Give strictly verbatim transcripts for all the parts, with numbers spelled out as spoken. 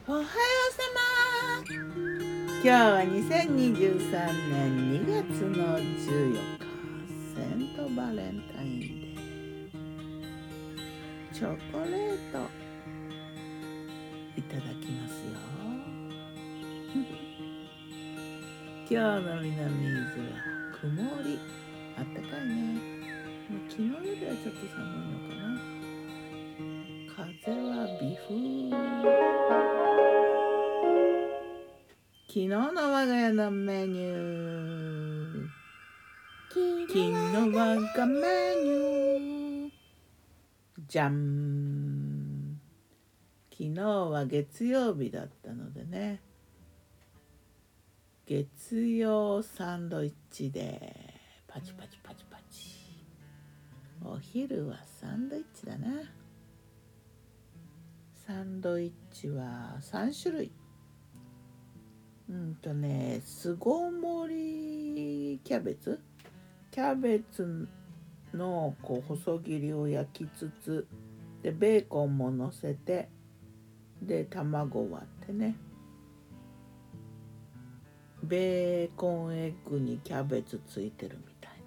おはようさま。今日はにせんにじゅうさんねんにがつのじゅうよっか、セントバレンタインデー。チョコレートいただきますよ。今日の南伊豆は曇り、あったかいね。もう昨日よりはちょっと寒いのかな。風は微風。昨日の我が家のメニュー。昨日の我がメニュー。じゃん。昨日は月曜日だったのでね。月曜サンドイッチでパチパチパチパチ。お昼はサンドイッチだな。サンドイッチはさんしゅるい。うんとね、巣ごもりキャベツキャベツのこう細切りを焼きつつでベーコンも乗せてで卵割ってね、ベーコンエッグにキャベツついてるみたい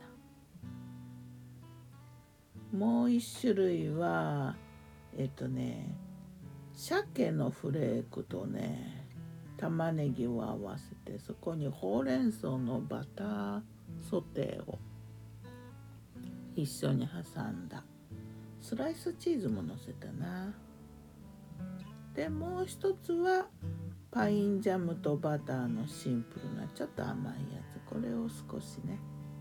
な。もう一種類はえっとね鮭のフレークとね玉ねぎを合わせて、そこにほうれん草のバターソテーを一緒に挟んだスライスチーズも乗せたな。でもう一つはパインジャムとバターのシンプルなちょっと甘いやつ、これを少しね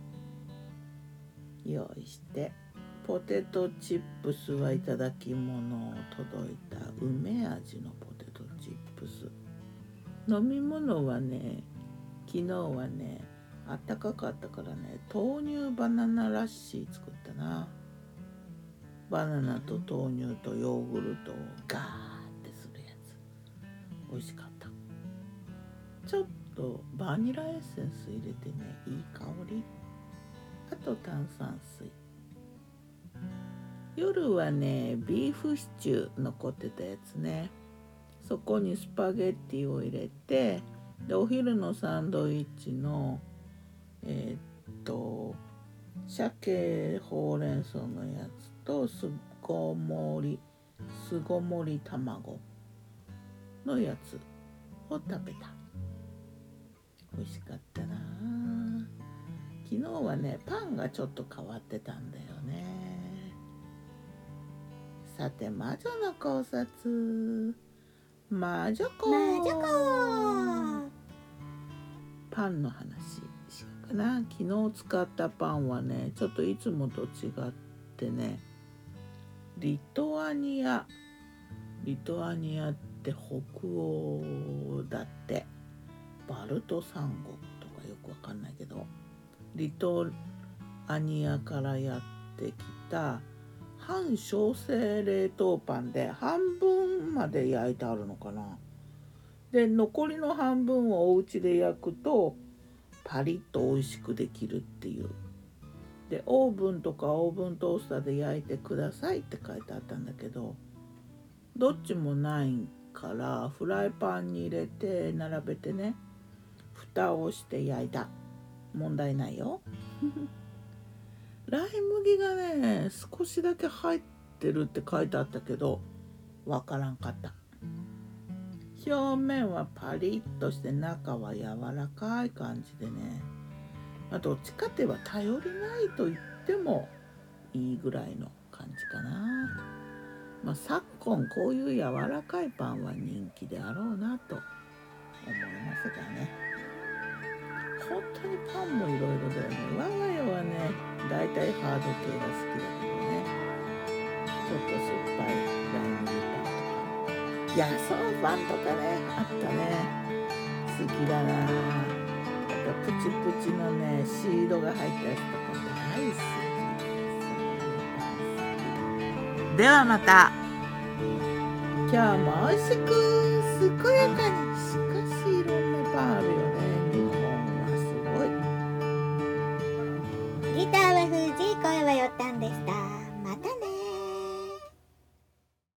用意して、ポテトチップスはいただき物届いた梅味のポテトチップス。飲み物はね、昨日はねあったかかったからね豆乳バナナラッシー作ったな。バナナと豆乳とヨーグルトをガーってするやつ、美味しかった。ちょっとバニラエッセンス入れてね、いい香り。あと炭酸水。夜はねビーフシチュー残ってたやつね、そこにスパゲッティを入れて、でお昼のサンドイッチのえー、っと鮭ほうれん草のやつとすごもりすごもり卵のやつを食べた。美味しかったな。昨日はねパンがちょっと変わってたんだよね。さて、魔女の考察。魔女子魔女子パンの話しようかな。昨日使ったパンはねちょっといつもと違ってね、リトアニアリトアニアって北欧だって。バルト三国とかよくわかんないけど、リトアニアからやってきた半焼成冷凍パンで半分まで焼いてあるのかな。で残りの半分をお家で焼くとパリッと美味しくできるっていう。でオーブンとかオーブントースターで焼いてくださいって書いてあったんだけど、どっちもないからフライパンに入れて並べてね、蓋をして焼いた。問題ないよ。ライ麦がね少しだけ入ってるって書いてあったけどわからんかった。表面はパリッとして中は柔らかい感じでね、まあ、どっちかって言えば頼りないと言ってもいいぐらいの感じかな。まあ、昨今こういう柔らかいパンは人気であろうなと思いますがね。本当にパンもいろいろだよね。我が家はねだいたいハード系が好きだけどね、ちょっと酸っぱいライ麦パンとか野草パンとかねあったね、好きだな。あとプチプチのねシードが入ったやつとか大好き。ではまた。今日も美味しく健やかに。しかしいろんなパンあるよね。日本はすごい。 ギターは藤井、声はよったんでした。